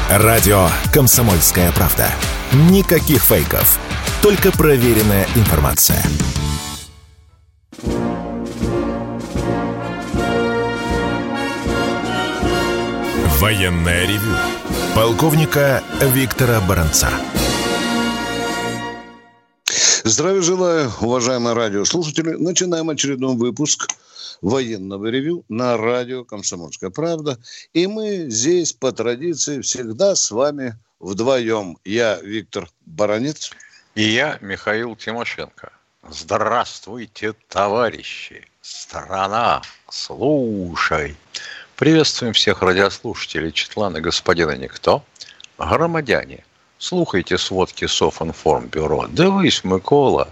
Радио «Комсомольская правда». Никаких фейков. Только проверенная информация. Военное ревю полковника Виктора Баранца. Здравия желаю, уважаемые радиослушатели. Начинаем очередной выпуск военного ревю на радио «Комсомольская правда». И мы здесь, по традиции, всегда с вами вдвоем. Я Виктор Баранец. И я Михаил Тимошенко. Здравствуйте, товарищи! Страна, слушай! Приветствуем всех радиослушателей Четлана господина Никто. Громадяне, слухайте сводки Софинформбюро. Дивись, Микола.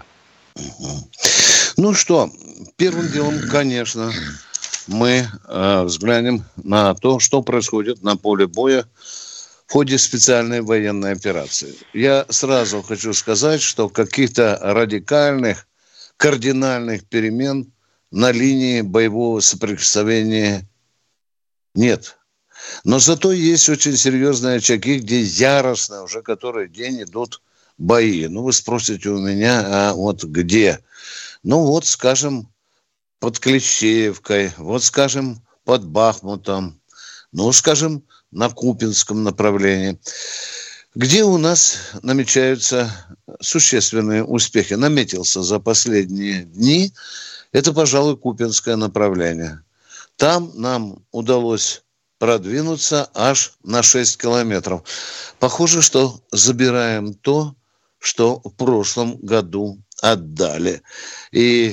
Ну что, первым делом, конечно, мы взглянем на то, что происходит на поле боя в ходе специальной военной операции. Я сразу хочу сказать, что каких-то радикальных, кардинальных перемен на линии боевого соприкосновения нет. Но зато есть очень серьезные очаги, где яростно уже который день идут бои. Ну, вы спросите у меня, а вот где? Ну, вот, скажем, под Клещеевкой, вот, скажем, под Бахмутом, ну, скажем, на Купинском направлении. Где у нас намечаются существенные успехи? Наметился за последние дни. Это, пожалуй, Купинское направление. Там нам удалось продвинуться аж на 6 километров. Похоже, что забираем то, что в прошлом году отдали. И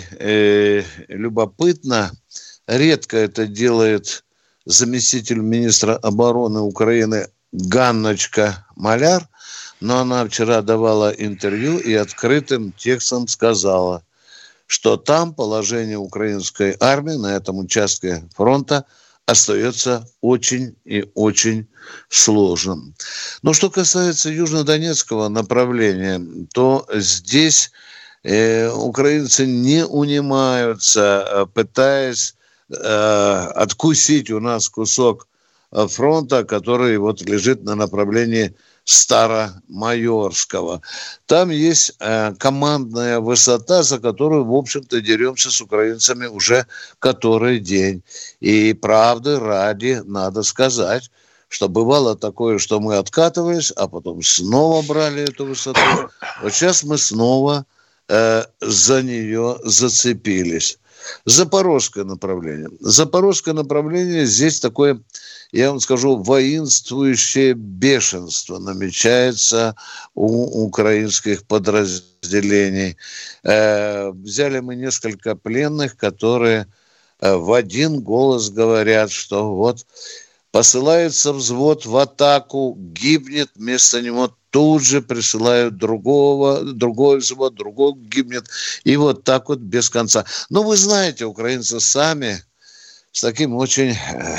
любопытно, редко это делает заместитель министра обороны Украины Ганночка Маляр, но она вчера давала интервью и открытым текстом сказала, что там положение украинской армии на этом участке фронта остается очень и очень сложным. Но что касается южнодонецкого направления, то здесь украинцы не унимаются, пытаясь откусить у нас кусок фронта, который вот лежит на направлении Старомайорского. Там есть командная высота, за которую, в общем-то, деремся с украинцами уже который день. И правды ради надо сказать, что бывало такое, что мы откатывались, а потом снова брали эту высоту. Вот сейчас мы снова за нее зацепились. Запорожское направление. Запорожское направление здесь такое, я вам скажу, воинствующее бешенство намечается у украинских подразделений. Взяли мы несколько пленных, которые в один голос говорят, что вот посылается взвод в атаку, гибнет, вместо него тут же присылают другой взвод, другой гибнет. И вот так вот без конца. Но вы знаете, украинцы сами с таким очень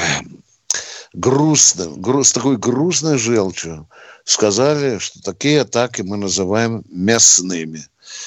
с такой грустной желчью сказали, что такие атаки мы называем мясными.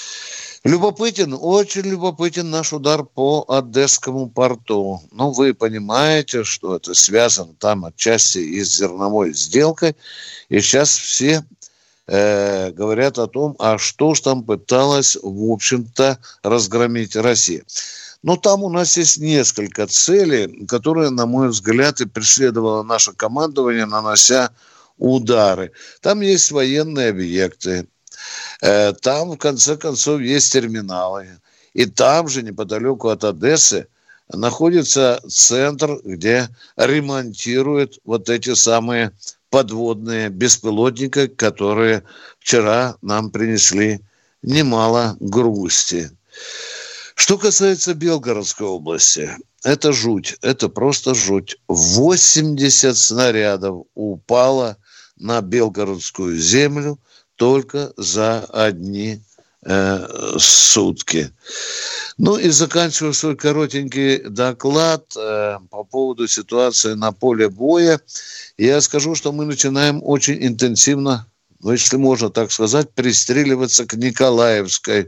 Очень любопытен наш удар по Одесскому порту. Ну, вы понимаете, что это связано там отчасти и с зерновой сделкой. И сейчас все говорят о том, а что ж там пыталась, в общем-то, разгромить Россия. Но там у нас есть несколько целей, которые, на мой взгляд, и преследовало наше командование, нанося удары. Там есть военные объекты. Там, в конце концов, есть терминалы. И там же, неподалеку от Одессы, находится центр, где ремонтируют вот эти самые подводные беспилотники, которые вчера нам принесли немало грусти. Что касается Белгородской области, это жуть, это просто жуть. 80 снарядов упало на Белгородскую землю только за одни сутки. Ну и заканчивая свой коротенький доклад по поводу ситуации на поле боя, я скажу, что мы начинаем очень интенсивно, ну, если можно так сказать, пристреливаться к Николаевской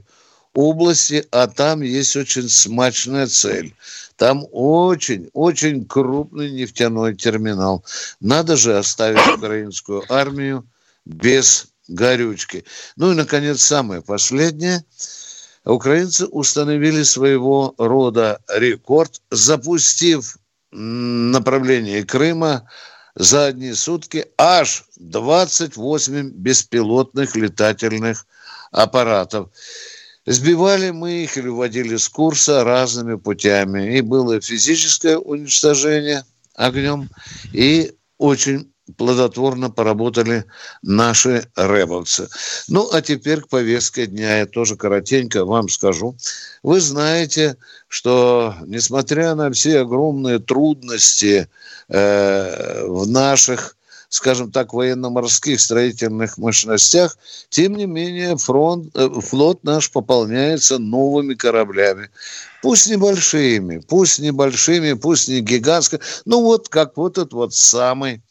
области, а там есть очень смачная цель. Там очень крупный нефтяной терминал. Надо же оставить украинскую армию без горючки. Ну и, наконец, самое последнее. Украинцы установили своего рода рекорд, запустив направление Крыма за одни сутки аж 28 беспилотных летательных аппаратов. Сбивали мы их или вводили с курса разными путями. И было физическое уничтожение огнем, и очень плодотворно поработали наши рэбовцы. Ну, а теперь к повестке дня. Я тоже коротенько вам скажу. Вы знаете, что несмотря на все огромные трудности в наших, скажем так, военно-морских строительных мощностях, тем не менее флот наш пополняется новыми кораблями. Пусть небольшими, пусть не гигантскими. Ну вот как вот этот вот самый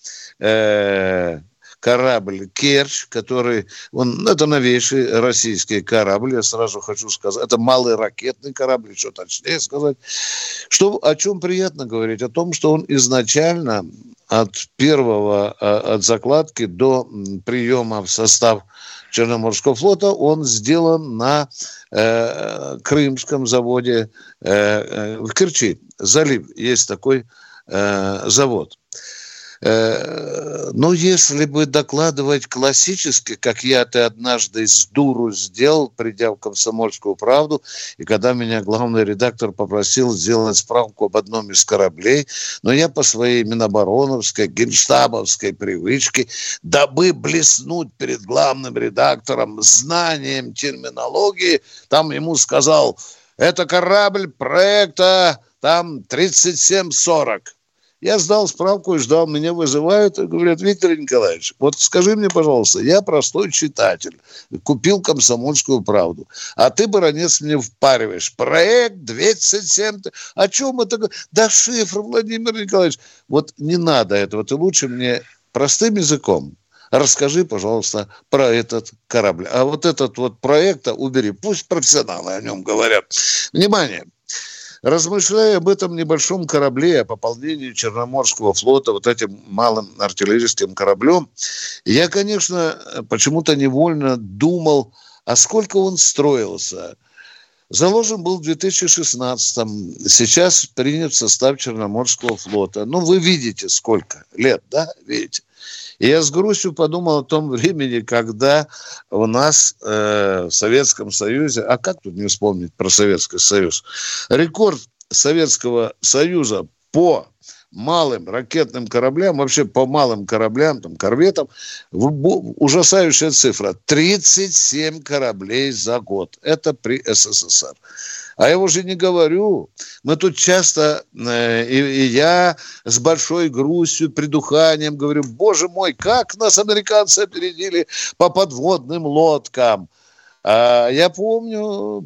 корабль «Керчь», который, это новейший российский корабль, я сразу хочу сказать, это малый ракетный корабль, что точнее сказать. О чем приятно говорить? О том, что он изначально от закладки до приема в состав Черноморского флота он сделан на крымском заводе в Керчи. Залив, есть такой завод. Но если бы докладывать классически, как я-то однажды с дуру сделал, придя в «Комсомольскую правду», и когда меня главный редактор попросил сделать справку об одном из кораблей, но я по своей минобороновской, генштабовской привычке, дабы блеснуть перед главным редактором знанием терминологии, там ему сказал: это корабль проекта там 3740. Я сдал справку и ждал, меня вызывают и говорят: Виктор Николаевич, вот скажи мне, пожалуйста, я простой читатель, купил «Комсомольскую правду», а ты, баронец, мне впариваешь проект 207. О чем это? Да шифр, Владимир Николаевич. Вот не надо этого, ты лучше мне простым языком расскажи, пожалуйста, про этот корабль. А вот этот вот проект убери, пусть профессионалы о нем говорят. Внимание! Размышляя об этом небольшом корабле, о пополнении Черноморского флота вот этим малым артиллерийским кораблем, я, конечно, почему-то невольно думал, а сколько он строился. Заложен был в 2016-м, сейчас принят в состав Черноморского флота. Ну, вы видите, сколько лет, да, видите? И я с грустью подумал о том времени, когда у нас в Советском Союзе, а как тут не вспомнить про Советский Союз, рекорд Советского Союза по малым ракетным кораблям, вообще по малым кораблям, там, корветам, ужасающая цифра. 37 кораблей за год. Это при СССР. А я уже не говорю. Мы тут часто, и я с большой грустью, придуханием говорю: боже мой, как нас американцы опередили по подводным лодкам. А я помню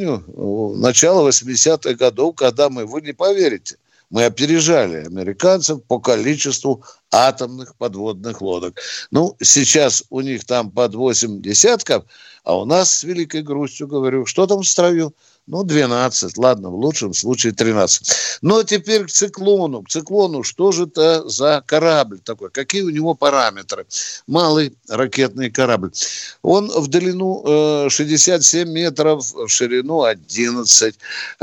начало 80-х годов, когда вы не поверите, мы опережали американцев по количеству атомных подводных лодок. Ну, сейчас у них там под 8 десятков, а у нас с великой грустью говорю, что там в строю? 12, ладно, в лучшем случае 13. Но теперь к циклону. К циклону, что же это за корабль такой? Какие у него параметры? Малый ракетный корабль. Он в длину 67 метров, в ширину 11.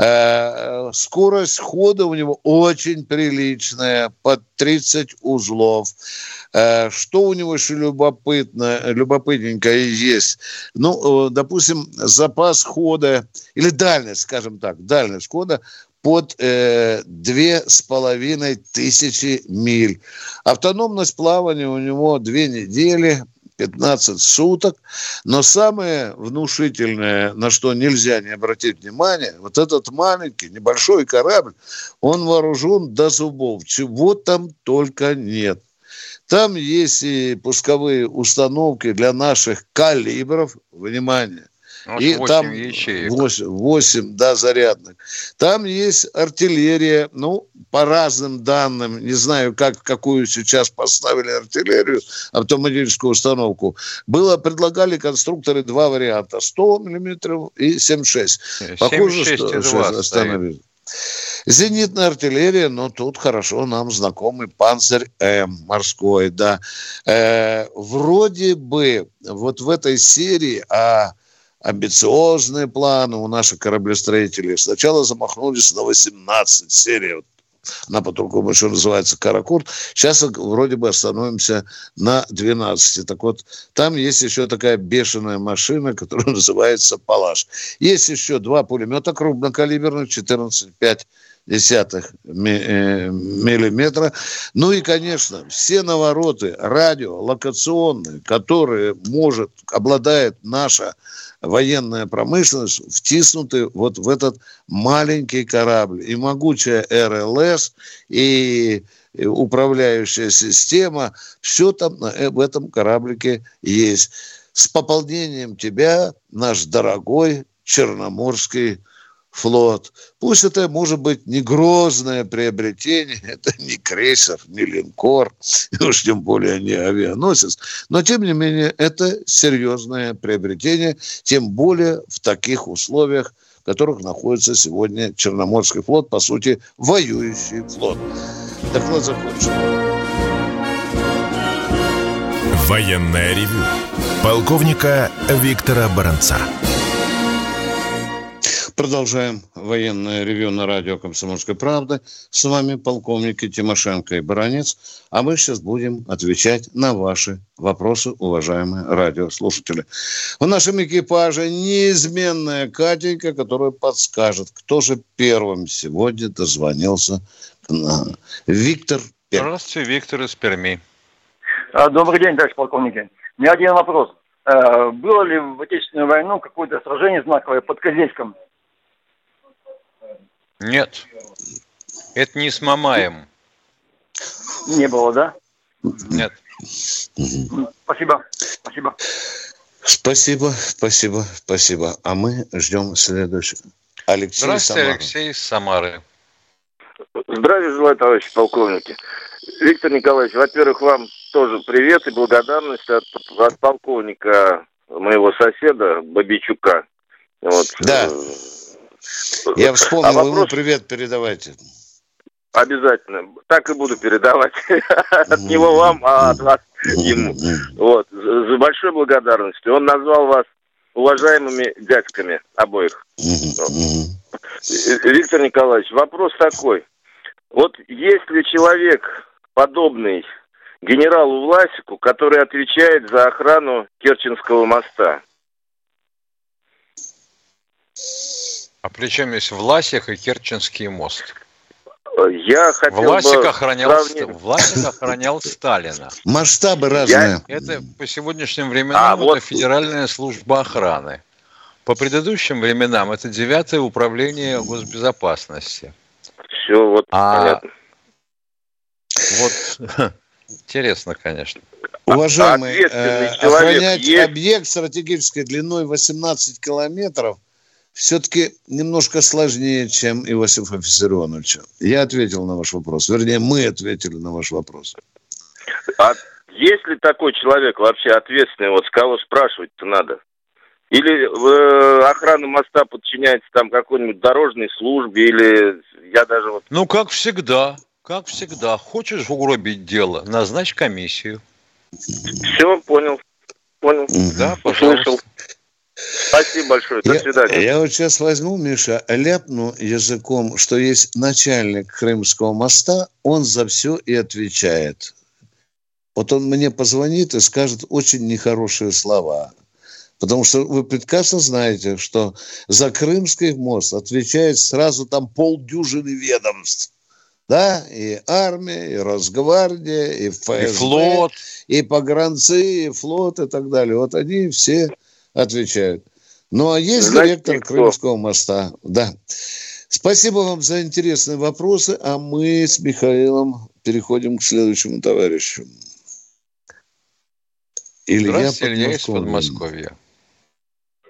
Скорость хода у него очень приличная, под 30 узлов. Что у него еще любопытненькое есть? Допустим, запас хода, или дальность, скажем так, дальность хода под 2500 миль. Автономность плавания у него 2 недели, 15 суток. Но самое внушительное, на что нельзя не обратить внимание, вот этот маленький, небольшой корабль, он вооружен до зубов. Чего там только нет. Там есть и пусковые установки для наших калибров. Внимание! И 8 там ячеек. 8 да, зарядных. Там есть артиллерия, по разным данным, не знаю, какую сейчас поставили артиллерию, автоматическую установку. Предлагали конструкторы два варианта: 100 миллиметров и 7,6. Похоже, 7,6,2 что остановили. Зенитная артиллерия, тут хорошо нам знакомый «Панцирь-М» морской, да. Вроде бы вот в этой серии амбициозные планы у наших кораблестроителей. Сначала замахнулись на 18 серий. Она по-другому еще называется «Каракурт». Сейчас вроде бы остановимся на 12. Так вот, там есть еще такая бешеная машина, которая называется «Палаш». Есть еще два пулемета крупнокалиберных, 14,5 миллиметра. И, конечно, все навороты радиолокационные, которые обладает наша военная промышленность, втиснуты вот в этот маленький корабль. И могучая РЛС, и управляющая система, все там в этом кораблике есть. С пополнением тебя, наш дорогой Черноморский флот. Пусть это может быть не грозное приобретение, это не крейсер, не линкор, и уж тем более не авианосец, но тем не менее это серьезное приобретение, тем более в таких условиях, в которых находится сегодня Черноморский флот, по сути, воюющий флот. Доклад закончен. Военное ревю полковника Виктора Баранца. Продолжаем военное ревью на радио «Комсомольская правда». С вами полковники Тимошенко и Баранец. А мы сейчас будем отвечать на ваши вопросы, уважаемые радиослушатели. В нашем экипаже неизменная Катенька, которая подскажет, кто же первым сегодня дозвонился к нам. Виктор. Здравствуйте, Виктор из Перми. Добрый день, товарищ полковники. У меня один вопрос. Было ли в Отечественную войну какое-то сражение знаковое под Козельском? Нет. Это не с Мамаем. Не было, да? Нет. Спасибо. Спасибо. А мы ждем следующего. Алексей. Здравствуйте, Самара. Алексей из Самары. Здравия желаю, товарищи полковники. Виктор Николаевич, во-первых, вам тоже привет и благодарность от полковника, моего соседа Бабичука. Вот. Да. Я вспомнил, вопрос... ему привет передавайте. Обязательно. Так и буду передавать. От него вам, а от вас ему. Вот. За большой благодарностью. Он назвал вас уважаемыми дядьками обоих. Виктор Николаевич, вопрос такой. Вот есть ли человек, подобный генералу Власику, который отвечает за охрану Керченского моста? А при чем есть Власик и Керченский мост? Я хотел Власик бы охранял Сталина. Масштабы разные. Это по сегодняшним временам это Федеральная служба охраны. По предыдущим временам это 9-е управление госбезопасности. Все, вот понятно. Вот интересно, конечно. Уважаемый, охранять объект стратегической длиной 18 километров все-таки немножко сложнее, чем Иосифа Виссарионовича. Я ответил на ваш вопрос. Вернее, мы ответили на ваш вопрос. А есть ли такой человек вообще ответственный? Вот с кого спрашивать-то надо? Или охрана моста подчиняется там какой-нибудь дорожной службе, или я даже вот... Ну, как всегда. Хочешь угробить дело, назначь комиссию. Все, понял. Да, пожалуйста. Услышал. Спасибо большое. До свидания. Я вот сейчас возьму, Миша, ляпну языком, что есть начальник Крымского моста, он за все и отвечает. Вот он мне позвонит и скажет очень нехорошие слова. Потому что вы прекрасно знаете, что за Крымский мост отвечает сразу там полдюжины ведомств. Да, и армия, и Росгвардия, и ФСБ, и флот, и погранцы, и флот, и так далее. Вот они все отвечают. Ну, а есть директор Крымского моста. Да. Спасибо вам за интересные вопросы, а мы с Михаилом переходим к следующему товарищу. Здравствуйте, Илья из Подмосковья.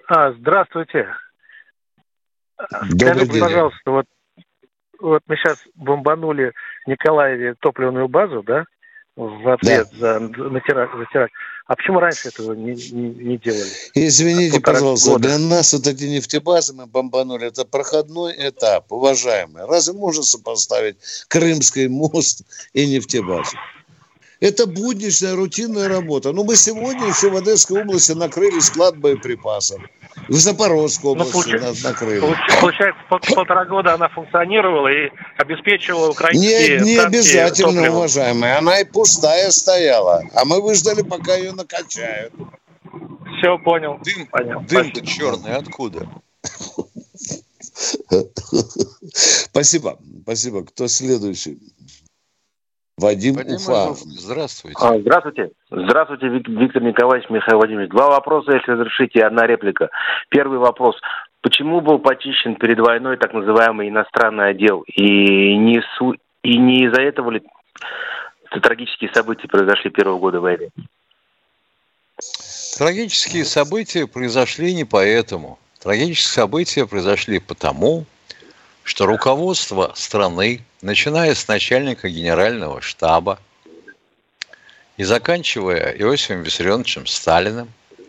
Здравствуйте. Добрый Скажите, день. пожалуйста, вот мы сейчас бомбанули в Николаеве топливную базу, да, в ответ на теракт. А почему раньше этого не делали? Извините, пожалуйста, года. для нас вот эти нефтебазы мы бомбанули. Это проходной этап, уважаемые. Разве можно сопоставить Крымский мост и нефтебазу? Это будничная, рутинная работа. Мы сегодня еще в Одесской области накрыли склад боеприпасов. В Запорожской области нас накрыли. Получается, 1,5 года она функционировала и обеспечивала украинские Не танки обязательно, топливом. уважаемые. Она и пустая стояла. А мы выждали, пока ее накачают. Все, понял. Дым-то черный откуда? Спасибо. Кто следующий? Вадим Уфа. Здравствуйте. Здравствуйте, Виктор Николаевич, Михаил Владимирович. 2 вопроса, если разрешите, 1 реплика. Первый вопрос. Почему был почищен перед войной так называемый иностранный отдел? И не из-за этого ли трагические события произошли первого года войны? Трагические события произошли не поэтому. Трагические события произошли потому, что руководство страны, начиная с начальника генерального штаба и заканчивая Иосифом Виссарионовичем Сталиным,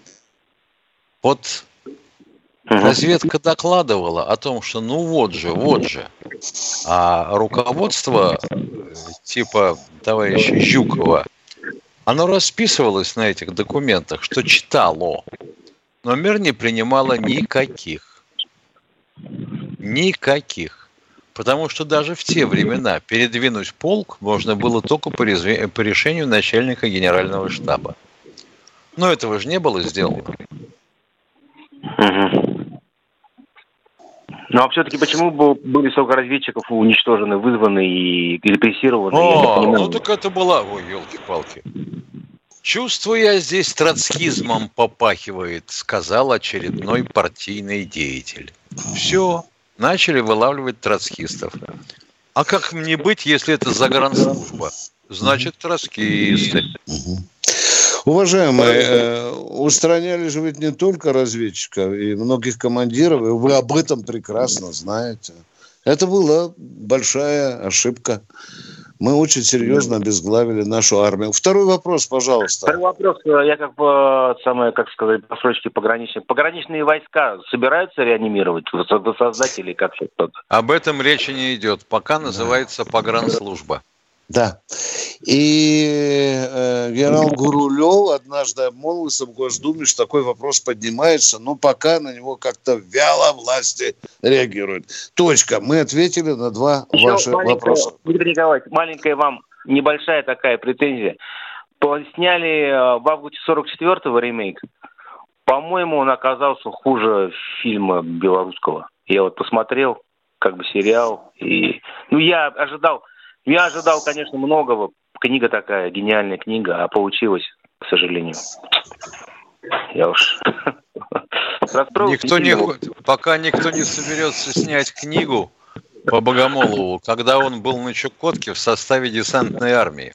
разведка докладывала о том, что вот же, а руководство типа товарища Жукова, оно расписывалось на этих документах, что читало, но мер не принимало никаких. Потому что даже в те времена передвинуть полк можно было только по решению начальника генерального штаба. Но этого же не было сделано. Ну а все-таки почему были столько разведчиков уничтожены, вызваны и репрессированы? Так это была... Ой, елки-палки. Чувствуя здесь троцкизмом попахивает, сказал очередной партийный деятель. Все. Начали вылавливать троцкистов. А как мне быть, если это загранслужба? Значит, троцкисты. Уважаемые, устраняли же ведь не только разведчиков и многих командиров, и вы об этом прекрасно знаете. Это была большая ошибка. Мы очень серьезно обезглавили нашу армию. Второй вопрос, пожалуйста. Второй вопрос. Я по строчке пограничных. Пограничные войска собираются реанимировать, воссоздать или как что-то? Об этом речи не идет. Пока называется погранслужба. Да. И генерал Гурулев однажды обмолвился в Госдуме, что такой вопрос поднимается, но пока на него как-то вяло власти реагируют. Точка. Мы ответили на 2 ваши вопроса. Виктор Николаевич, маленькая вам небольшая такая претензия. Сняли в августе 44-го ремейк. По-моему, он оказался хуже фильма белорусского. Я посмотрел, сериал. И я ожидал, конечно, многого. Книга такая, гениальная книга, а получилось, к сожалению. Я уж расстроился. Пока никто не соберется снять книгу по Богомолову, когда он был на Чукотке в составе десантной армии.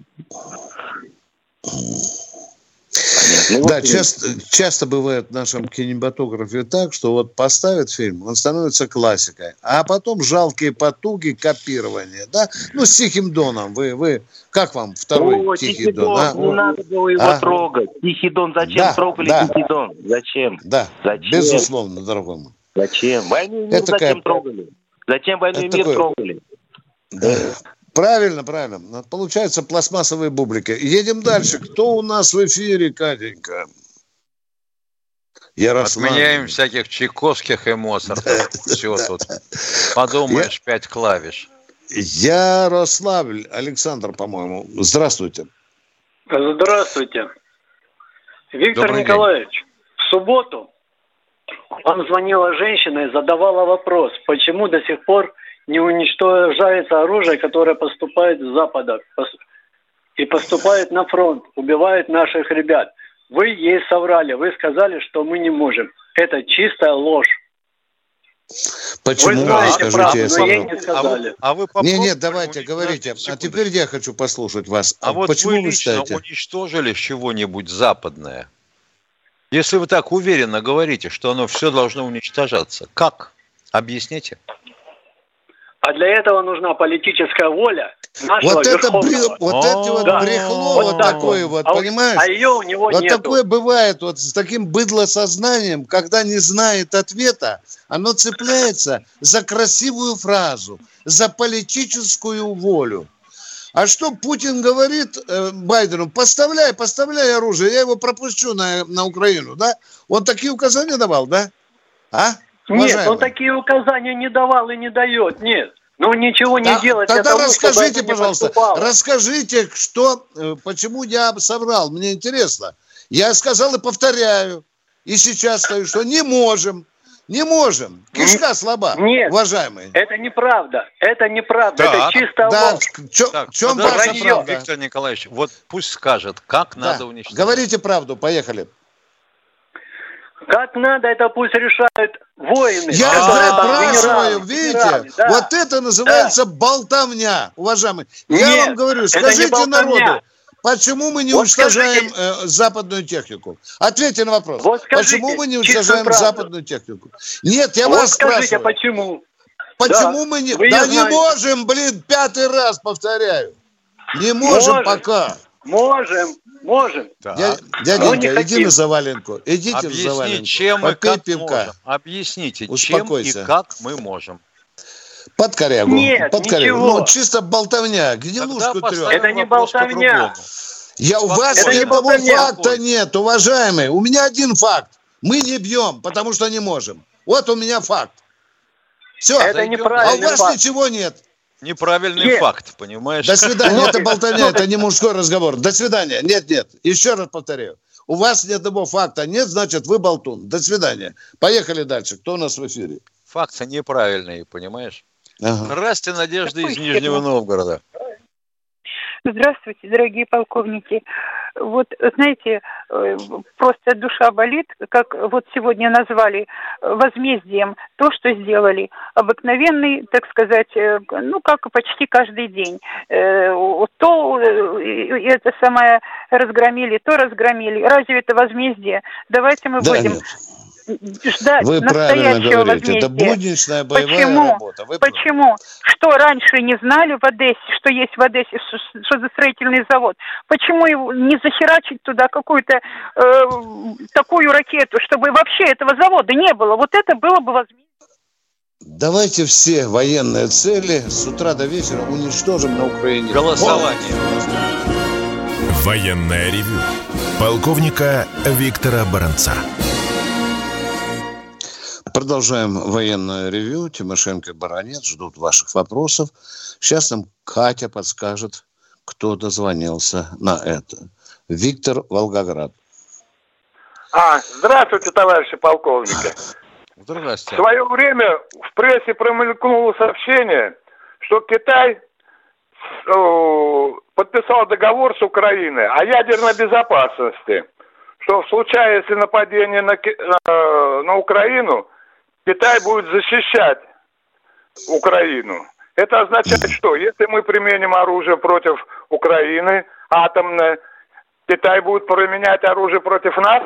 Да, часто бывает в нашем кинематографе так, что поставят фильм, он становится классикой, а потом жалкие потуги копирования, да? С Тихим Доном. Вы как вам второй Тихий Дон? Не надо было его трогать. Тихий Дон, зачем трогали Тихий Дон? Зачем? Да, безусловно, дорогой мой. Зачем? Войну и мир зачем трогали? Зачем войну и мир трогали? Да. Правильно. Получается пластмассовые бублики. Едем дальше. Кто у нас в эфире, Катенька? Ярославль. Отменяем всяких Чайковских и Моцартов. Все тут. Подумаешь, 5 клавиш. Ярославль. Александр, по-моему. Здравствуйте. Здравствуйте. Виктор Добрый Николаевич, день. В субботу вам звонила женщина и задавала вопрос, почему до сих пор не уничтожается оружие, которое поступает с Запада и поступает на фронт, убивает наших ребят. Вы ей соврали, вы сказали, что мы не можем. Это чистая ложь. Почему? Вы знаете правду, но ей не сказали. Нет, давайте, говорите. А теперь я хочу послушать вас. А вот почему вы лично уничтожили чего-нибудь западное? Если вы так уверенно говорите, что оно все должно уничтожаться, как? Объясните. А для этого нужна политическая воля нашего Вот это верховного. вот эти вот Да. брехло Вот вот так такое вот. вот, понимаешь? А ее у него Вот нету. такое бывает вот с таким быдлосознанием, когда не знает ответа, оно цепляется за красивую фразу, за политическую волю. А что Путин говорит Байдену? Поставляй оружие, я его пропущу на Украину, да? Он такие указания давал, да? А? Нет, Уважаемый? он такие указания не давал и не дает, нет. Ну, ничего не делать для Тогда того, расскажите, чтобы это не пожалуйста, поступало. расскажите, почему я соврал, мне интересно. Я сказал и повторяю, и сейчас стою, что не можем. Кишка слаба, Нет, уважаемые. это неправда, Так. это чисто Да, ложь. в чем ваша подождите, правда? Виктор Николаевич, вот пусть скажет, как Да. надо уничтожить. Говорите правду, поехали. Как надо, это пусть решают воины. Я которые там спрашиваю, генералы, видите, да. вот это называется болтовня, уважаемые. Я Нет, вам говорю, это не скажите болтовня. народу, почему мы не Вот уничтожаем скажите. западную технику? Ответьте на вопрос. Вот скажите Почему мы не чистую уничтожаем правду. западную технику? Нет, я Вот вас скажите, спрашиваю. почему? Почему Да, мы не... вы Да не не знаете. можем, блин, 5-й раз повторяю. Не можем Можем. пока. Можем. Так. Но не Дяденька, иди хотим. на Заваленку. Идите в Объясните, Заваленку. чем и Попей как пивка. можем. Объясните, Успокойся. чем и как мы можем. Под корягу. Нет, под корягу. ничего. Ну, чисто болтовня. Где Тогда ложку поставим трёт? Это не вопрос болтовня. по-другому. У вас Это ни не одного болтовня. факта нет, уважаемые. У меня один факт. Мы не бьем, потому что не можем. Вот у меня факт. Все. Это А у неправильный вас факт. ничего нет. Неправильный Нет. факт, понимаешь? До свидания. Это болтовня, это не мужской разговор. До свидания. Нет. Еще раз повторяю. У вас ни одного факта нет, значит, вы болтун. До свидания. Поехали дальше. Кто у нас в эфире? Факты неправильные, понимаешь? Ага. Здрасте, Надежда из Какой Нижнего фирма? Новгорода. Здравствуйте, дорогие полковники. Вот, знаете, просто душа болит, как вот сегодня назвали возмездием то, что сделали. Обыкновенный, так сказать, ну, как почти каждый день. То это самое разгромили, то разгромили. Разве это возмездие? Давайте мы Да, будем нет. ждать Вы правильно настоящего говорите. Это возмездия. будничная боевая Почему? работа. Вы правы. Почему? Что раньше не знали в Одессе, что есть в Одессе судостроительный завод? Почему его не захерачить туда какую-то такую ракету, чтобы вообще этого завода не было? Вот это было бы возможно. Давайте все военные цели с утра до вечера уничтожим на Украине. Голосование. Военное ревю полковника Виктора Баранца. Продолжаем военное ревю. Тимошенко и Баранец ждут ваших вопросов. Сейчас нам Катя подскажет, кто дозвонился на это. Виктор, Волгоград. Здравствуйте, товарищи полковники. Здрасте. В свое время в прессе промелькнуло сообщение, что Китай подписал договор с Украиной о ядерной безопасности, что в случае, если нападение на Украину, Китай будет защищать Украину. Это означает, что если мы применим оружие против Украины, атомное, Китай будет применять оружие против нас?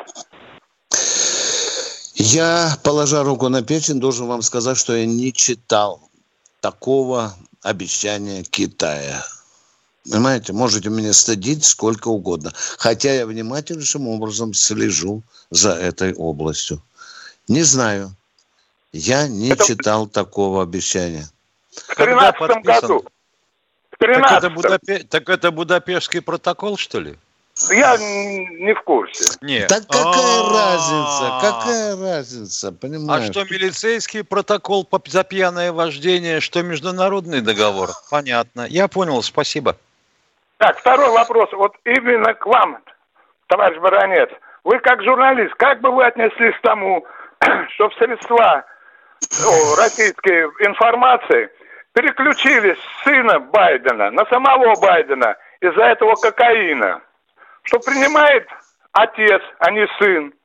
Я, положа руку на печень, должен вам сказать, что я не читал такого обещания Китая. Понимаете, можете меня стыдить сколько угодно. Хотя я внимательнейшим образом слежу за этой областью. Не знаю. Я не читал такого обещания. В 13 году. В 13-м. Так это Будапештский протокол, что ли? Я не в курсе. Нет. Так какая разница? Какая разница? А Понимаешь? что милицейский протокол за пьяное вождение, что международный договор? Понятно. Я понял, спасибо. Так, второй вопрос. Вот именно к вам, товарищ Баранец. Вы как журналист, как бы вы отнеслись к тому, что в средства российской информации переключились с сына Байдена на самого Байдена из-за этого кокаина? Что принимает отец, а не сын.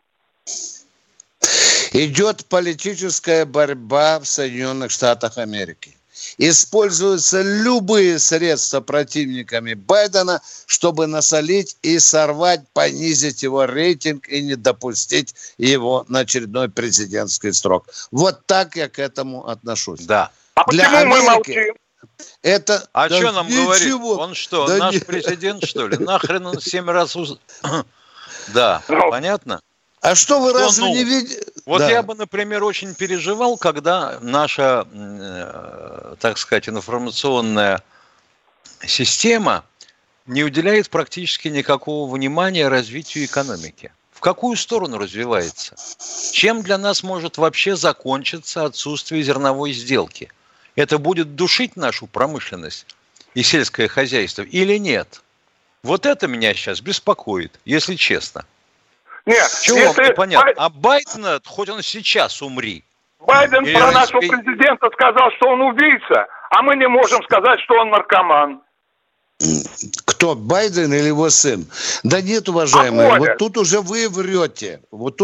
Идет политическая борьба в Соединенных Штатах Америки. используются любые средства противниками Байдена, чтобы насолить и сорвать, понизить его рейтинг и не допустить его на очередной президентский срок. Вот так я к этому отношусь. Да. А Для почему мы Америки молчим? это... А да что нам ничего. говорит? Он что, Да наш не- президент, что ли? Нахрен он 7 раз... Да, Ну. понятно? А что вы Что разве ну? не видите? Вот Да. я бы, например, очень переживал, когда наша, так сказать, информационная система не уделяет практически никакого внимания развитию экономики. В какую сторону развивается? Чем для нас может вообще закончиться отсутствие зерновой сделки? Это будет душить нашу промышленность и сельское хозяйство или нет? Вот это меня сейчас беспокоит, если честно. Нет, Чего если непонятно? А Байден, хоть он сейчас умри. Байден Или про он нашего себе- президента сказал, что он убийца, а мы не можем сказать, что он наркоман. Кто, Байден или его сын? Да нет, уважаемые, Коля? вот тут уже вы врете.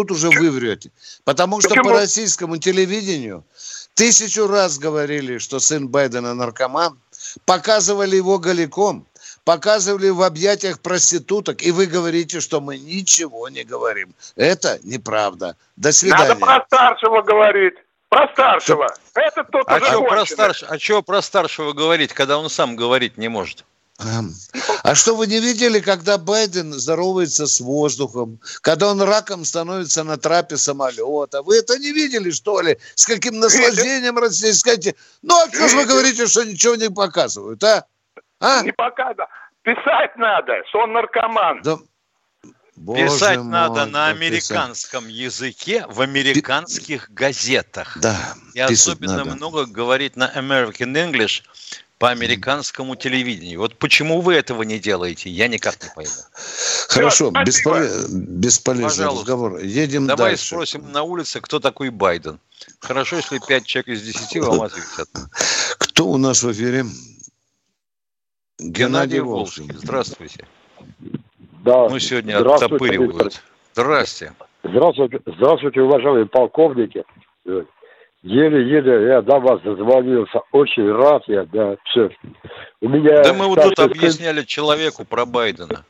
Потому что Почему? по российскому телевидению 1000 раз говорили, что сын Байдена наркоман, показывали его голиком, показывали в объятиях проституток, и вы говорите, что мы ничего не говорим. Это неправда. До свидания. Надо про старшего говорить. Про старшего. Это тот А уже что про старшего говорить, когда он сам говорить не может? А что вы не видели, когда Байден здоровается с воздухом, когда он раком становится на трапе самолета? Вы это не видели, что ли? С каким наслаждением скажите, ну а что же вы говорите, что ничего не показывают, а? Не показано. Писать надо, что он наркоман. Да. Писать Боже надо мой, на вот американском языке, в американских газетах. Да, И особенно много говорить на American English по американскому телевидению. Вот почему вы этого не делаете, я никак не пойму. Хорошо, Спасибо. бесполезный Пожалуйста. разговор. Едем Давай дальше. спросим на улице, кто такой Байден. Хорошо, если 5 человек из 10 вам ответят. Кто у нас в эфире? Геннадий Волжский. Здравствуйте. Да. Ну, сегодня Здравствуйте, оттопыривают. Здрасте. Здравствуйте, уважаемые полковники. Еле-еле я до вас дозвонился. Очень рад я, да, все. У меня Да мы вот тут старший сын- объясняли человеку про Байдена.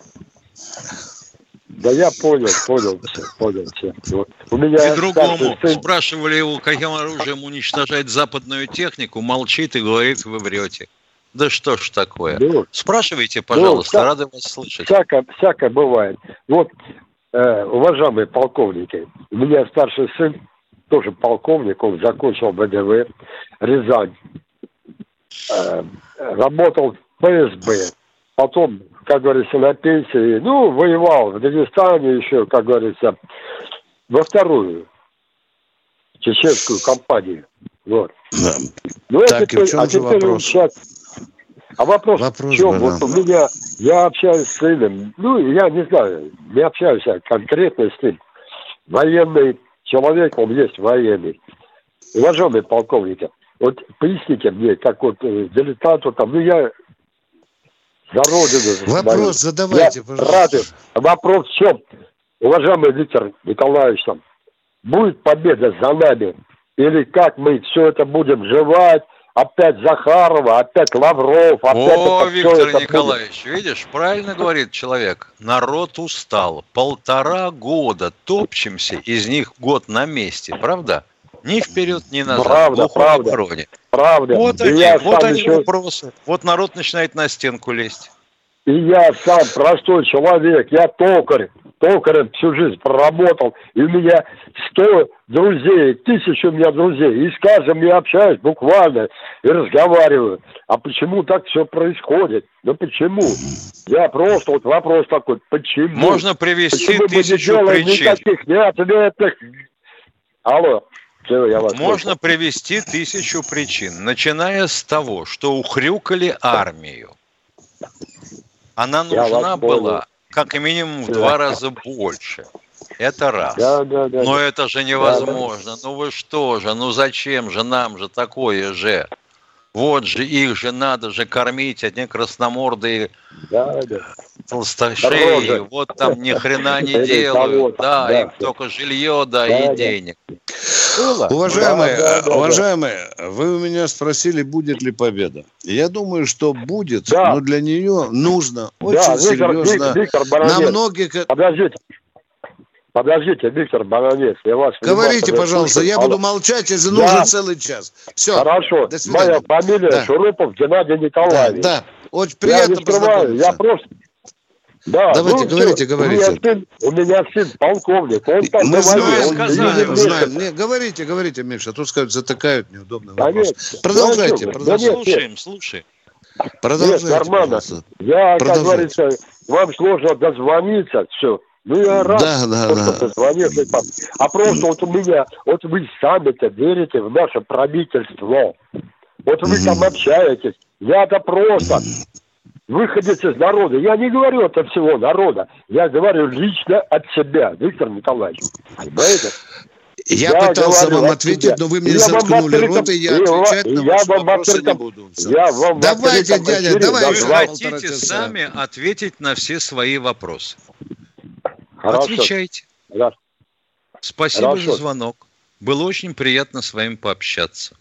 Да я понял все. Вот. У меня И другому старший сын- спрашивали его, каким оружием уничтожать западную технику, молчит и говорит, вы врете. Да что ж такое? Ну, Спрашивайте, пожалуйста, так- рады вас слышать. Всякое бывает. Вот, уважаемые полковники, у меня старший сын, тоже полковник, он закончил ВДВ, Рязань, работал в ФСБ, потом, как говорится, на пенсии, воевал в Дагестане еще, как говорится, во вторую чеченскую кампанию. Вот. Да. Ну, Так, и в чем же вопрос? Вопрос в чем? был, Вот у меня, я общаюсь с сыном, я не знаю, не общаюсь я конкретно с ним. Военный человек, он есть военный. Уважаемые полковники, вот поясните мне, как вот дилетанту там, я за Родину. Вопрос задавайте, пожалуйста. Вопрос в чем? Уважаемый Виктор Николаевич, там, будет победа за нами? Или как мы все это будем жевать? Опять Захарова, опять Лавров, опять О, это Виктор это Николаевич, видишь, правильно говорит человек. Народ устал. 1,5 года топчемся, из них год на месте, правда? Ни вперед, ни назад. Правда, правда. Правда. Вот И они, я вот сам они еще- вопросы. Вот народ начинает на стенку лезть. И я сам простой человек, я токарем всю жизнь проработал, и у меня 100 друзей, 1000 у меня друзей, и с каждым я общаюсь буквально и разговариваю. А почему так все происходит? Почему? Я просто, вот вопрос такой, почему? Можно привести Почему мы не 1000 делаем причин. никаких неответных... Алло, все, я вас Можно привести 1000 причин, начиная с того, что ухрюкали армию. Она Я нужна вас понял. была как минимум в 2 раза больше. Это раз. Да. Но это же невозможно. Ну вы что же, ну зачем же нам же такое же? Вот же, их же надо же кормить, одни красномордые толстошеи, вот там ни хрена не делают, да, им только жилье, и денег. Уважаемые, вы у меня спросили, будет ли победа. Я думаю, что будет, но для нее нужно очень серьезно на многих... Подождите, Виктор Баранец, я вас... Говорите, пожалуйста, я буду молчать, если нужен целый час. Все. Хорошо. Моя фамилия Шурупов Геннадий Николаевич. Да. Очень приятно познакомиться. Я просто... Давайте, говорите. У меня сын полковник. Мы знаем. Говорите, Миша, а то скажут, затыкают неудобный вопрос. Продолжайте. Слушаем. Продолжайте, нормально. Я, как говорится, вам сложно дозвониться, все. Я рад, что дозвонился. А просто у меня, вы сами-то верите в наше правительство. Вы там общаетесь. Я-то просто выходец из народа. Я не говорю от всего народа. Я говорю лично от себя, Виктор Николаевич. Понимаете? Я пытался вам ответить, но вы мне заткнули рот, и я отвечать на ваши вопросы не буду. Давайте, дядя, давайте. Вы хотите сами ответить на все свои вопросы. Хорошо. Отвечайте. Спасибо за звонок. Было очень приятно с вами пообщаться.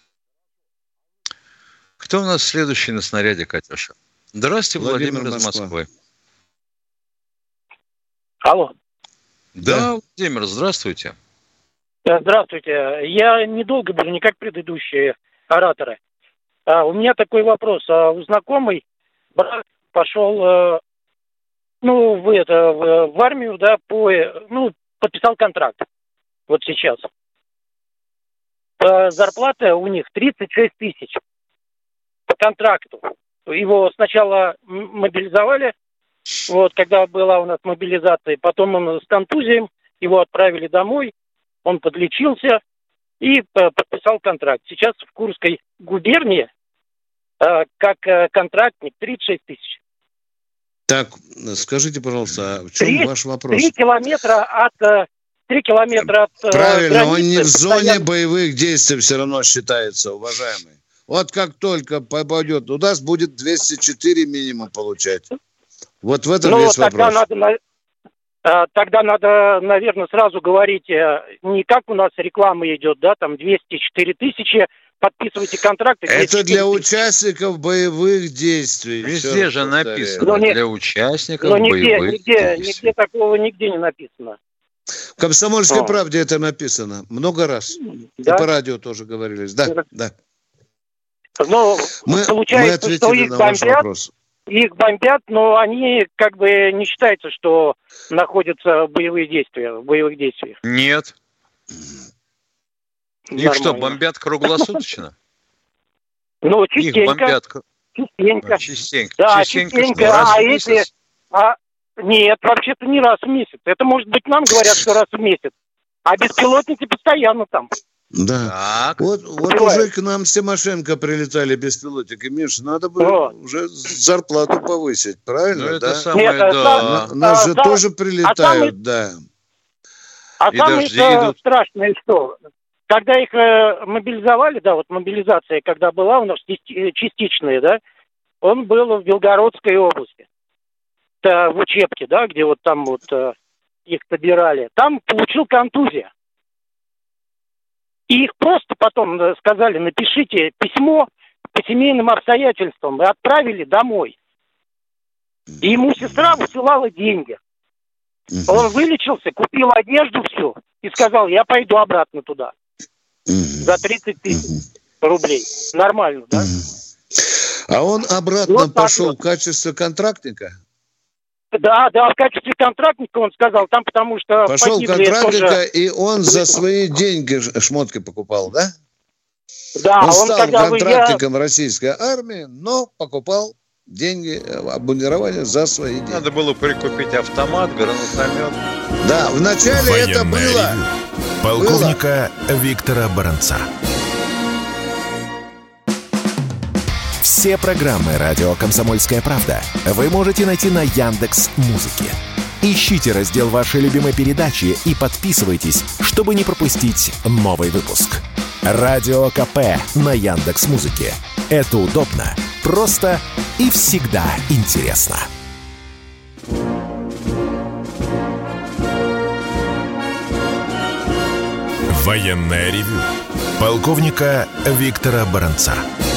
Кто у нас следующий на снаряде, Катюша? Здравствуйте, Владимир из Москвы. Алло. Да, Владимир, здравствуйте. Здравствуйте. Я недолго буду, не как предыдущие ораторы. У меня такой вопрос. У знакомый брат пошел в армию, подписал контракт. Вот сейчас. Зарплата у них 36 тысяч по контракту. Его сначала мобилизовали, когда была у нас мобилизация, потом он с контузией, его отправили домой, он подлечился и подписал контракт. Сейчас в Курской губернии как контрактник 36 тысяч. Так, скажите, пожалуйста, в чем ваш вопрос? 3 километра от Правильно, границы, он не в зоне боевых действий все равно считается, уважаемый. Вот как только попадет туда, будет 204 минимум получать. Вот в этом весь вопрос. Тогда надо, наверное, сразу говорить, не как у нас реклама идет, там 204 тысячи, подписывайте контракты. Это для участников боевых действий. Везде же написано, для участников боевых действий. Нигде такого нигде не написано. В «Комсомольской правде» это написано много раз. Да? И по радио тоже говорились. Да. Но мы получается, что их бомбят, но они не считается, что находятся в боевых действиях. Нет. Их что, бомбят круглосуточно? Частенько. Их бомбят частенько. Да, частенько. Раз в месяц? Нет, вообще-то не раз в месяц. Это, может быть, нам говорят, что раз в месяц. А беспилотники постоянно там. Да. Вот уже к нам с Тимошенко прилетали беспилотники. Миш, надо бы уже зарплату повысить, правильно? Нас же тоже прилетают, да. А самое страшное, что когда их мобилизовали, мобилизация, когда была у нас частичная, он был в Белгородской области. В учебке, где там их собирали. Там получил контузию. И их просто потом сказали, напишите письмо по семейным обстоятельствам, и отправили домой. И ему сестра высылала деньги. Он вылечился, купил одежду, все, и сказал, я пойду обратно туда. За 30 тысяч рублей. Нормально, да? А он обратно пошел в качестве контрактника? Да, в качестве контрактника он сказал, там потому что пошел контрактника, и он за свои деньги шмотки покупал, да? Да, он стал контрактником российской армии, но покупал деньги, обмундирование за свои деньги. Надо было прикупить автомат, гранатомет. Да, вначале Военное это было. Полковника Виктора Баранца. Все программы «Радио Комсомольская правда» вы можете найти на Яндекс.Музыке. Ищите раздел вашей любимой передачи и подписывайтесь, чтобы не пропустить новый выпуск. Радио КП на Яндекс.Музыке. Это удобно, просто и всегда интересно. Военное ревю полковника Виктора Баранца.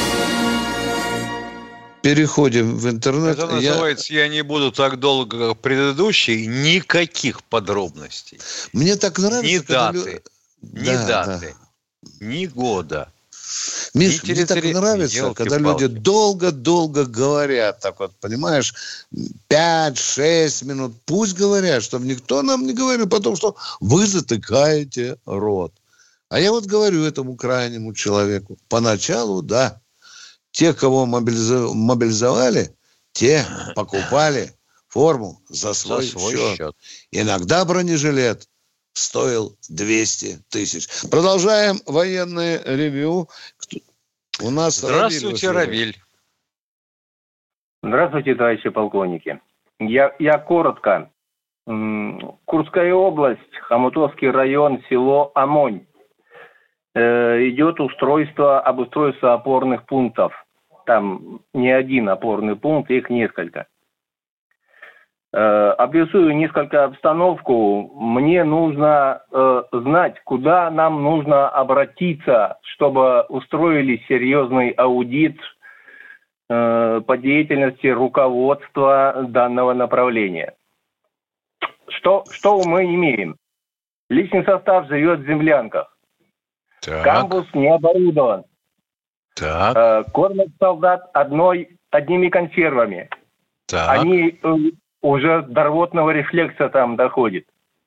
Переходим в интернет. Это называется «Я не буду так долго, как предыдущий». Никаких подробностей. Мне так нравится. Ни даты, ни года. Миш, мне так нравится, когда люди долго-долго говорят, так вот, понимаешь, 5-6 минут. Пусть говорят, чтобы никто нам не говорил, потому что вы затыкаете рот. А я вот говорю этому крайнему человеку. Поначалу, да, те, кого мобилизовали, те покупали форму за свой счет. Иногда бронежилет стоил 200 тысяч. Продолжаем военное ревью. У нас Здравствуйте, Равиль. Здравствуйте, товарищи полковники. Я коротко. Курская область, Хомутовский район, село Амонь. Идет обустройство опорных пунктов. Там не один опорный пункт, их несколько. Обрисую несколько обстановку. Мне нужно знать, куда нам нужно обратиться, чтобы устроили серьезный аудит по деятельности руководства данного направления. Что мы имеем? Личный состав живет в землянках. Так. Кампус не оборудован. Так. Кормят солдат одними консервами. Так. Они уже до рвотного рефлекса там доходит.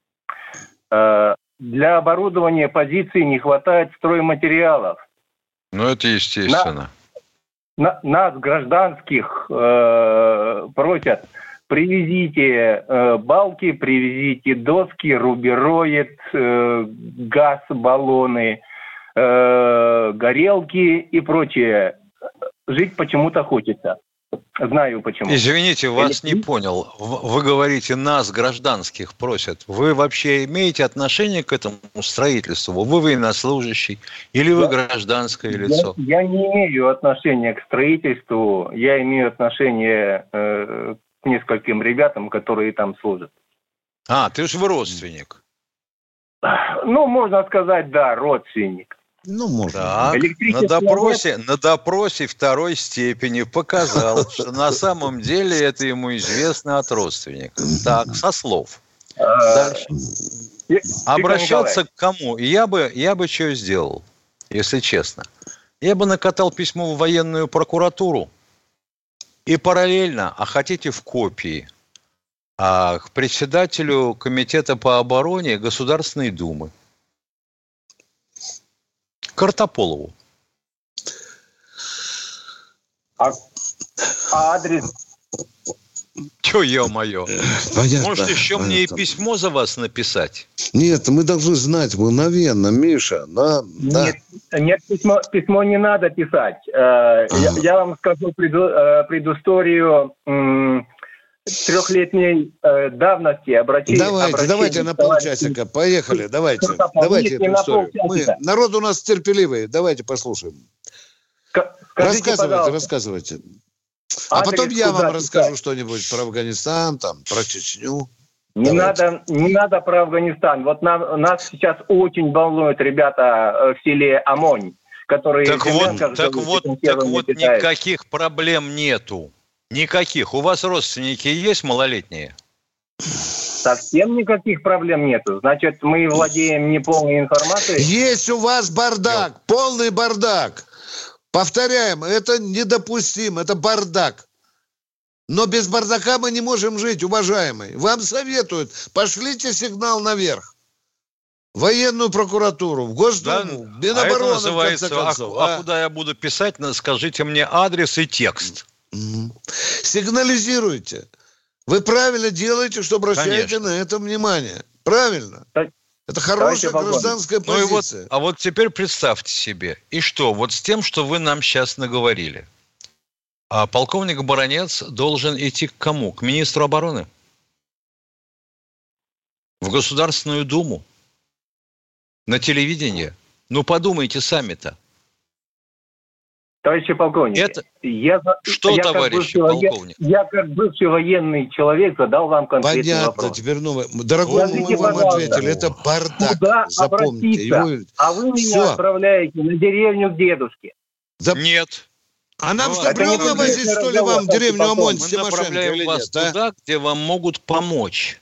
Для оборудования позиций не хватает стройматериалов. Ну, это естественно. Нас, гражданских, просят: привезите балки, привезите доски, рубероид, газ, баллоны, горелки и прочее. Жить почему-то хочется. Знаю почему. Извините, вас не понял. Вы говорите, нас, гражданских, просят. Вы вообще имеете отношение к этому строительству? Вы военнослужащий или вы гражданское лицо? Я не имею отношения к строительству. Я имею отношение к нескольким ребятам, которые там служат. Ты же вы родственник. Ну, можно сказать, да, родственник. Ну, можно. Так, на допросе второй степени показал, что на самом деле это ему известно от родственника. Так, со слов. Дальше. Обращаться к кому? Я бы что сделал, если честно? Я бы накатал письмо в военную прокуратуру и параллельно, а хотите в копии, к председателю комитета по обороне Государственной Думы Картополову. Адрес? Чё, ё-моё? Понятно. Может, еще мне и письмо за вас написать? Нет, мы должны знать мгновенно, Миша. Нет, письмо не надо писать. Я вам скажу предысторию трехлетней давности обращения. Давайте на полчасика. Поехали, давайте эту историю. Народ у нас терпеливый. Давайте послушаем. Рассказывайте. А потом я вам расскажу что-нибудь про Афганистан, про Чечню. Не надо про Афганистан. Вот нас сейчас очень волнуют ребята в селе Амонь, которые... Так вот, никаких проблем нету. Никаких. У вас родственники есть малолетние? Совсем никаких проблем нету. Значит, мы владеем неполной информацией. Есть у вас бардак, полный бардак. Повторяем, это недопустимо, это бардак. Но без бардака мы не можем жить, уважаемые. Вам советуют, пошлите сигнал наверх. В военную прокуратуру, в Госдуму, в Минобороны, в конце концов. А куда я буду писать, скажите мне адрес и текст. Сигнализируйте. Вы правильно делаете, что обращаете на это внимание. Правильно. Это хорошая гражданская позиция. А вот теперь представьте себе. И что? Вот с тем, что вы нам сейчас наговорили. А полковник Баранец должен идти к кому? К министру обороны? В Государственную Думу? На телевидение? Ну, подумайте сами-то. Товарищи полковники, полковник? Я как бывший военный человек задал вам конкретный вопрос. Понятно, теперь новое. Дорогой, мы вам ответили, это бардак. Куда запомните. обратиться? А вы меня отправляете на деревню к дедушке. Нет. А нам что, бревна возить, что ли, вам в деревню Амонь с Мы Тимошенко направляем или вас нет, да? туда, где вам могут помочь.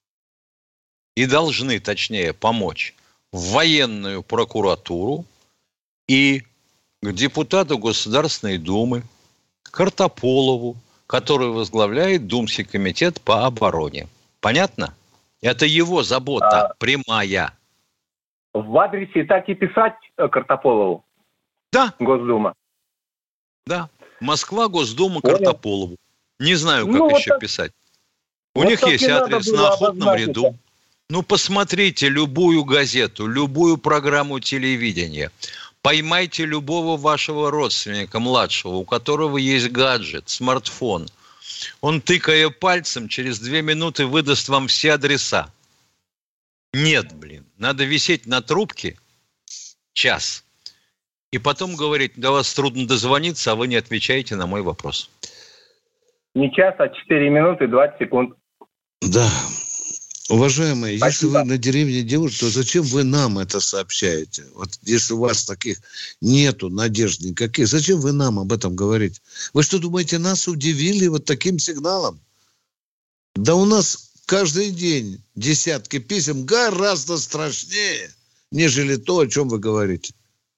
И должны, точнее, помочь. В военную прокуратуру и к депутату Государственной Думы Картополову, который возглавляет Думский комитет по обороне. Понятно? Это его забота прямая. В адресе так и писать Картополову? Да. Госдума? Да. Москва, Госдума, Картополову. Не знаю, как еще писать. У них есть адрес на Охотном ряду. Ну, посмотрите любую газету, любую программу телевидения. Поймайте любого вашего родственника младшего, у которого есть гаджет, смартфон. Он, тыкая пальцем, через 2 минуты выдаст вам все адреса. Нет, надо висеть на трубке час. И потом говорить, до вас трудно дозвониться, а вы не отвечаете на мой вопрос. Не час, а 4 минуты 20 секунд. Да. Уважаемые, если вы на деревне девушки, то зачем вы нам это сообщаете? Вот если у вас таких нету надежд никаких, зачем вы нам об этом говорите? Вы что, думаете, нас удивили вот таким сигналом? Да у нас каждый день десятки писем гораздо страшнее, нежели то, о чем вы говорите.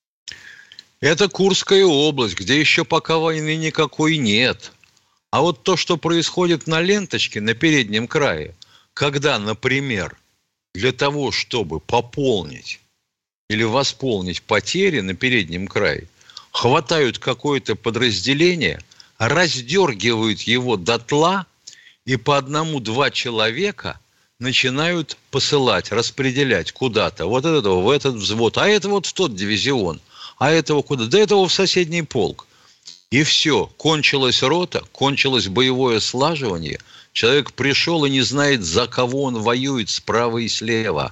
Это Курская область, где еще пока войны никакой нет. А вот то, что происходит на ленточке, на переднем крае, когда, например, для того, чтобы пополнить или восполнить потери на переднем крае, хватают какое-то подразделение, раздергивают его дотла и по 1-2 человека начинают посылать, распределять куда-то. Вот этого в этот взвод, а это вот в тот дивизион, а этого куда? Да этого в соседний полк. И все, кончилась рота, кончилось боевое слаживание. Человек пришел и не знает, за кого он воюет справа и слева.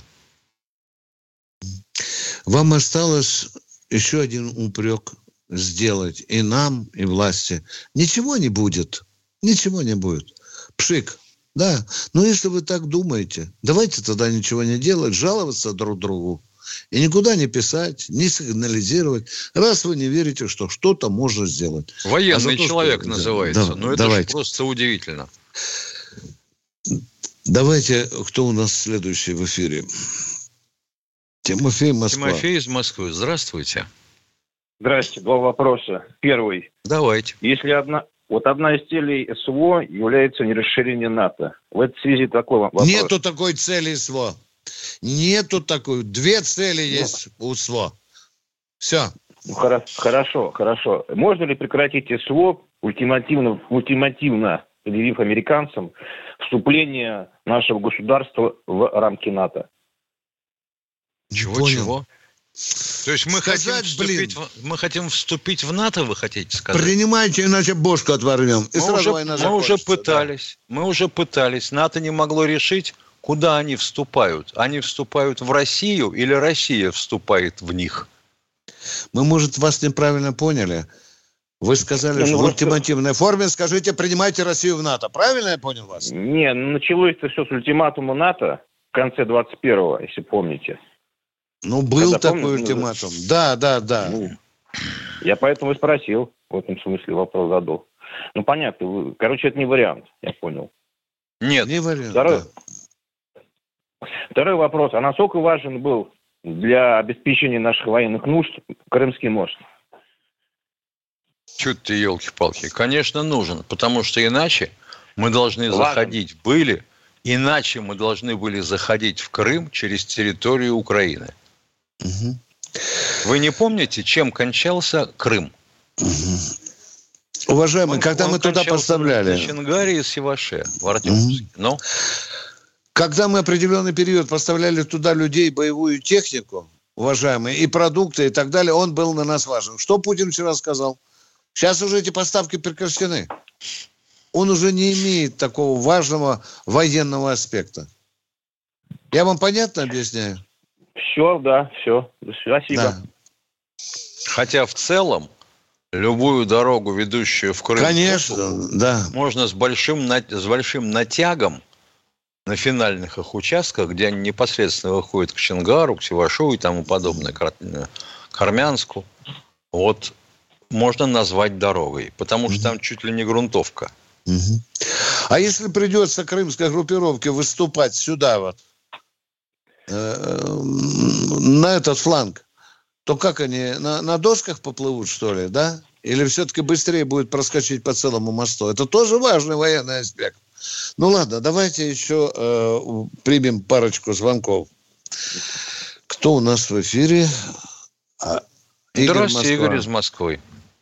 Вам осталось еще один упрек сделать и нам, и власти. Ничего не будет. Ничего не будет. Пшик. Да. Но если вы так думаете, давайте тогда ничего не делать, жаловаться друг другу. И никуда не писать, не сигнализировать, раз вы не верите, что что-то можно сделать. Военный человек называется. Да, но это же просто удивительно. Давайте, кто у нас следующий в эфире? Тимофей, Москва. Тимофей из Москвы. Здравствуйте. Здравствуйте. 2 вопроса. Первый. Давайте. Если одна из целей СВО является нерасширение НАТО. В этой связи такой вопрос. Нету такой цели СВО. Нету такой. 2 цели есть у СВО. Все. Хорошо. Можно ли прекратить СВО ультимативно предъявив американцам вступление нашего государства в рамки НАТО? Чего? То есть мы хотим вступить в НАТО, вы хотите сказать? Принимайте, иначе бошку отворнем. Мы уже пытались. НАТО не могло решить, куда они вступают. Они вступают в Россию или Россия вступает в них? Мы, может, вас неправильно поняли. Вы сказали, что в ультимативной форме, скажите, принимайте Россию в НАТО. Правильно я понял вас? Не, началось это все с ультиматума НАТО в конце 21-го, если помните. Ну, был такой ультиматум. Да. Я поэтому и спросил, в этом смысле вопрос задал. Ну, понятно. Короче, это не вариант, я понял. Нет. Не вариант, Второй вопрос. А насколько важен был для обеспечения наших военных нужд Крымский мост? Чуть ты, елки-палки. Конечно, нужен, потому что иначе мы должны иначе мы должны были заходить в Крым через территорию Украины. Угу. Вы не помните, чем кончался Крым? Угу. Уважаемые, когда мы туда поставляли... На Чингаре и Севаше, в Артемовске. Угу. Когда мы определенный период поставляли туда людей, боевую технику, уважаемые, и продукты, и так далее, он был на нас важен. Что Путин вчера сказал? Сейчас уже эти поставки прекращены. Он уже не имеет такого важного военного аспекта. Я вам понятно объясняю? Все. Спасибо. Да. Хотя в целом любую дорогу, ведущую в Крым, конечно, да, можно с большим натягом на финальных их участках, где они непосредственно выходят к Чонгару, к Севашу и тому подобное, к Армянску, вот можно назвать дорогой, потому что там чуть ли не грунтовка. А если придется крымской группировке выступать сюда вот, на этот фланг, то как они, на досках поплывут, что ли, да? Или все-таки быстрее будет проскочить по целому мосту? Это тоже важный военный аспект. Ну ладно, давайте еще примем парочку звонков. Кто у нас в эфире? Здравствуйте, Игорь из Москвы.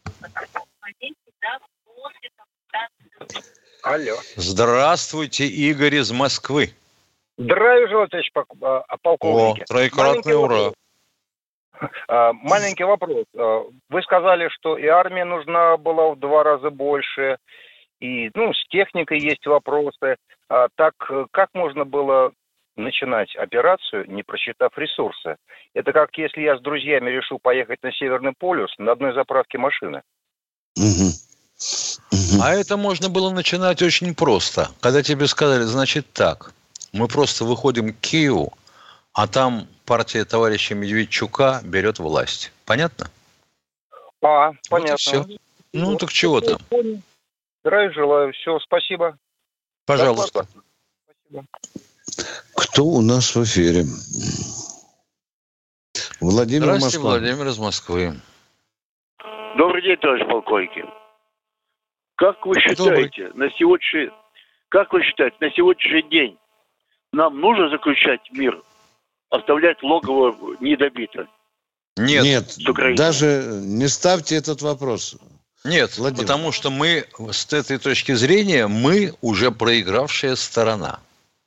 Алло. Здравствуйте, Игорь из Москвы. Здравия желаю, товарищ полковник. О, троекратный ура. Маленький вопрос. Вы сказали, что и армия нужна была в 2 раза больше, и с техникой есть вопросы. Так как можно было начинать операцию, не просчитав ресурсы? Это как если я с друзьями решу поехать на Северный полюс на одной заправке машины. А это можно было начинать очень просто. Когда тебе сказали, значит так, мы просто выходим к Киеву, а там партия товарища Медведчука берет власть. Понятно? Понятно. Вот все. Так чего там? Здравия желаю. Все, спасибо. Пожалуйста. Спасибо. Кто у нас в эфире? Владимир Здравствуйте, Москва. Владимир из Москвы. Добрый день, товарищ полковник. Как вы считаете, на сегодняшний день нам нужно заключать мир, оставлять логово недобито? Нет, даже не ставьте этот вопрос. Нет, Владимир. Потому что мы, с этой точки зрения, мы уже проигравшая сторона.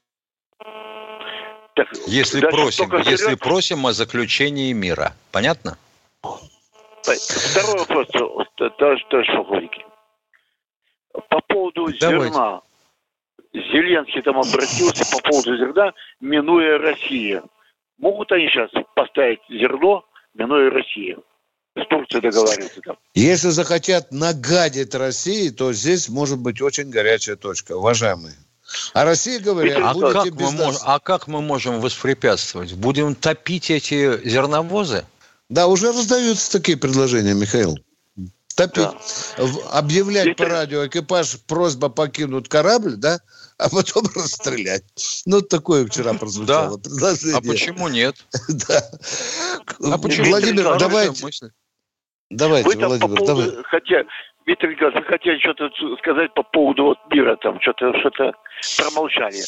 Так, если просим о заключении мира. Понятно? Второй вопрос, товарищ полковник. По поводу зерна. Зеленский там обратился по поводу зерна, минуя Россию. Могут они сейчас поставить зерно, минуя Россию? С Турцией договариваться там. Если захотят нагадить России, то здесь может быть очень горячая точка, уважаемые. А Россия говорит, будете без нас. А как мы можем воспрепятствовать? Будем топить эти зерновозы? Да, уже раздаются такие предложения, Михаил. Топить. Да. Объявлять по радио экипаж, просьба покинуть корабль, да, а потом расстрелять. Такое вчера прозвучало предложение. А почему нет? Да. А почему? Владимир, давайте. Давайте, Владимир, давайте. Хотя, Виктор Николаевич, вы хотели что-то сказать по поводу мира, там что-то промолчали.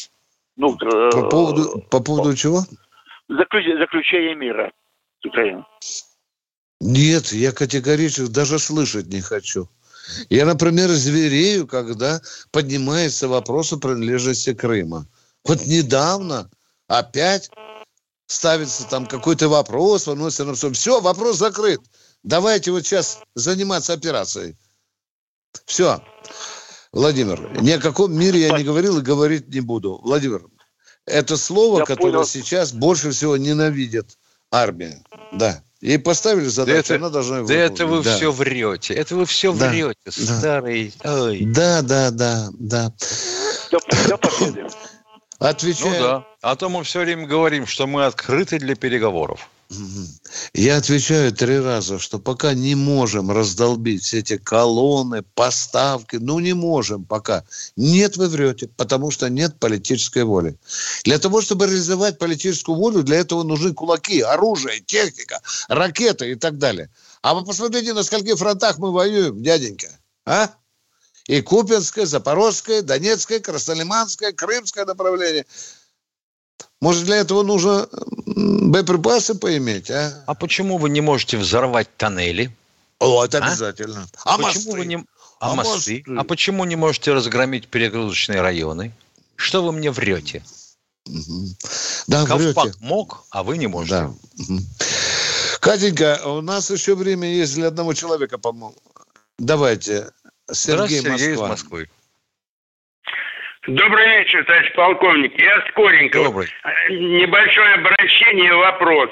По поводу чего? Заключение мира с Украиной. Нет, я категорически даже слышать не хочу. Я, например, зверею, когда поднимается вопрос о принадлежности Крыма. Вот недавно опять ставится там какой-то вопрос, выносится на все. Все, вопрос закрыт. Давайте вот сейчас заниматься операцией. Все. Владимир, ни о каком мире я не говорил и говорить не буду. Владимир, это слово, которое сейчас больше всего ненавидит армия. Да. Ей поставили задачу, она должна выполнить. Да это вы все врете. Это вы все врете, старый. Ой. Да. До победы. Отвечаю. А то мы все время говорим, что мы открыты для переговоров. Я отвечаю 3 раза, что пока не можем раздолбить все эти колонны, поставки, не можем пока. Нет, вы врете, потому что нет политической воли. Для того, чтобы реализовать политическую волю, для этого нужны кулаки, оружие, техника, ракеты и так далее. А вы посмотрите, на скольких фронтах мы воюем, дяденька. И Купянское, Запорожское, Донецкое, Краснолиманское, Крымское направление. Может, для этого нужно боеприпасы поиметь, а? А почему вы не можете взорвать тоннели? Это обязательно. А мосты? Мосты? А почему не можете разгромить перегрузочные районы? Что вы мне врете? Да, Ковпак врете. мог, а вы не можете. Да. Катенька, у нас еще время есть для одного человека, по-моему. Давайте. Сергей из Москвы. Добрый вечер, товарищ полковник. Я скоренько. Добрый. Небольшое обращение и вопрос.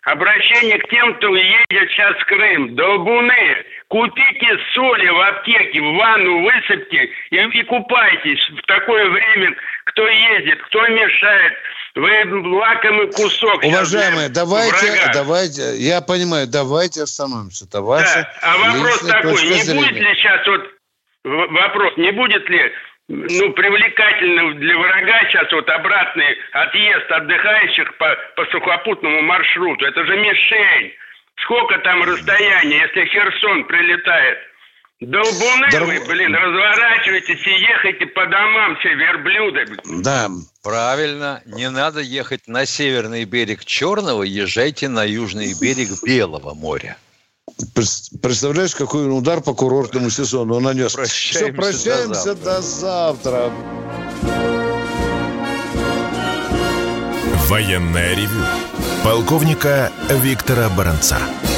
Обращение к тем, кто едет сейчас в Крым. Долбуны, купите соли в аптеке, в ванну высыпьте и купайтесь в такое время. Кто ездит, кто мешает. Вы лакомый кусок. Уважаемые, давайте, я понимаю, давайте остановимся. Это ваша вопрос такой, не зрения. будет ли сейчас вопрос, не будет ли привлекательным для врага сейчас обратный отъезд отдыхающих по сухопутному маршруту? Это же мишень. Сколько там расстояние, если Херсон прилетает? Долбуны вы, разворачивайтесь и ехайте по домам, все верблюды. Да. Правильно, не надо ехать на северный берег Черного, езжайте на южный берег Белого моря. Представляешь, какой удар по курортному сезону он нанес. Прощаемся до завтра. Военное ревю полковника Виктора Баранца.